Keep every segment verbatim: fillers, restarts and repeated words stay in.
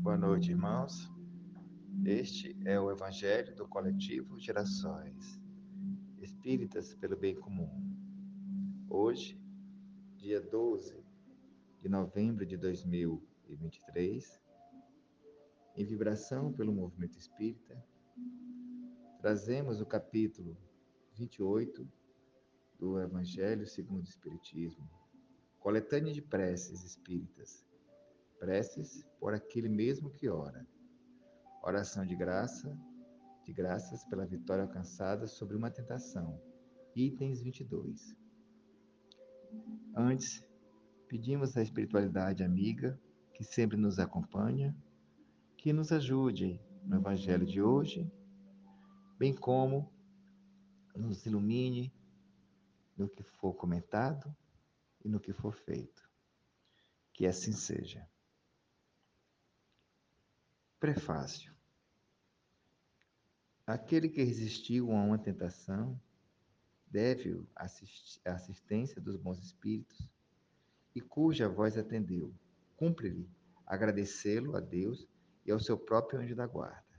Boa noite, irmãos. Este é o Evangelho do Coletivo Gerações Espíritas pelo Bem Comum. Hoje, dia doze de novembro de dois mil e vinte e três, em vibração pelo movimento espírita, trazemos o capítulo vinte e oito do Evangelho segundo o Espiritismo, coletânea de preces espíritas, preces por aquele mesmo que ora, oração de graça, de graças pela vitória alcançada sobre uma tentação, itens vinte e dois. Antes, pedimos à espiritualidade amiga, que sempre nos acompanha, que nos ajude no Evangelho de hoje, bem como nos ilumine no que for comentado e no que for feito. Que assim seja. Prefácio. Aquele que resistiu a uma tentação deve à assistência dos bons espíritos e cuja voz atendeu. Cumpre-lhe agradecê-lo a Deus e ao seu próprio anjo da guarda.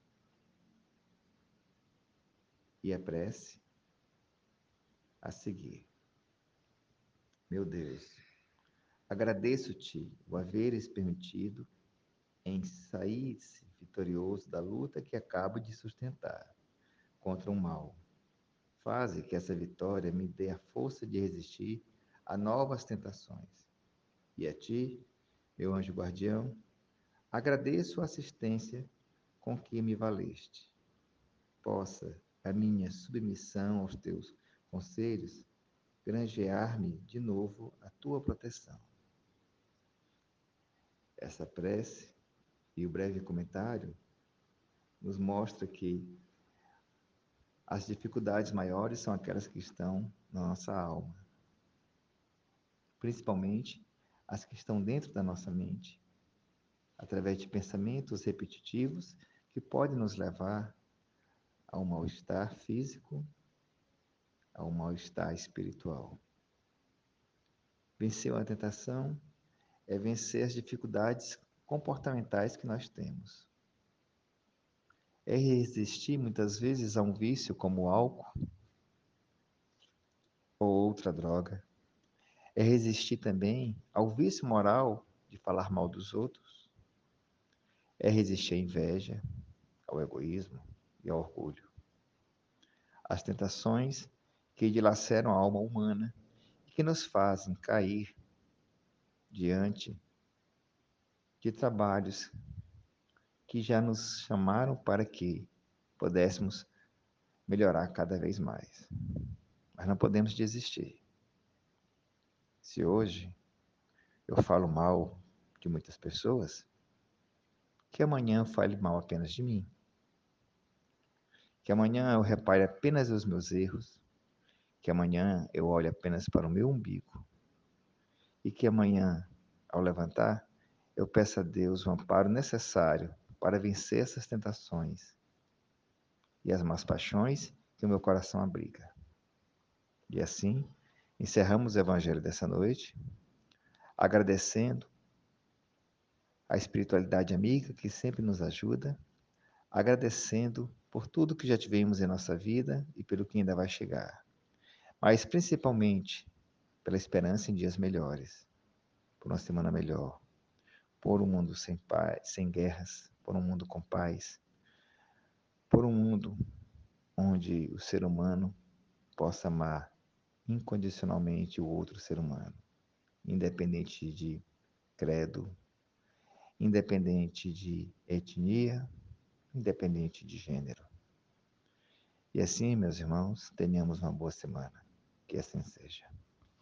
E a prece a seguir. Meu Deus, agradeço-te o haveres permitido em sair-se vitorioso da luta que acabo de sustentar contra o mal. Faze que essa vitória me dê a força de resistir a novas tentações. E a ti, meu anjo guardião, agradeço a assistência com que me valeste. Possa a minha submissão aos teus conselhos granjear-me de novo a tua proteção. Essa prece e o breve comentário nos mostra que as dificuldades maiores são aquelas que estão na nossa alma, principalmente as que estão dentro da nossa mente, através de pensamentos repetitivos que podem nos levar ao mal-estar físico, ao mal-estar espiritual. Vencer a tentação é vencer as dificuldades comportamentais que nós temos. É resistir muitas vezes a um vício como o álcool ou outra droga. É resistir também ao vício moral de falar mal dos outros. É resistir à inveja, ao egoísmo e ao orgulho. As tentações que dilaceram a alma humana e que nos fazem cair diante de trabalhos que já nos chamaram para que pudéssemos melhorar cada vez mais. Mas não podemos desistir. Se hoje eu falo mal de muitas pessoas, que amanhã fale mal apenas de mim. Que amanhã eu repare apenas os meus erros. Que amanhã eu olhe apenas para o meu umbigo. E que amanhã, ao levantar, eu peça a Deus o amparo necessário para vencer essas tentações e as más paixões que o meu coração abriga. E assim, encerramos o Evangelho dessa noite, agradecendo a espiritualidade amiga que sempre nos ajuda, agradecendo por tudo que já tivemos em nossa vida e pelo que ainda vai chegar, mas principalmente pela esperança em dias melhores, por uma semana melhor, por um mundo sem paz, sem guerras, por um mundo com paz, por um mundo onde o ser humano possa amar incondicionalmente o outro ser humano, independente de credo, independente de etnia, independente de gênero. E assim, meus irmãos, tenhamos uma boa semana. Que assim seja.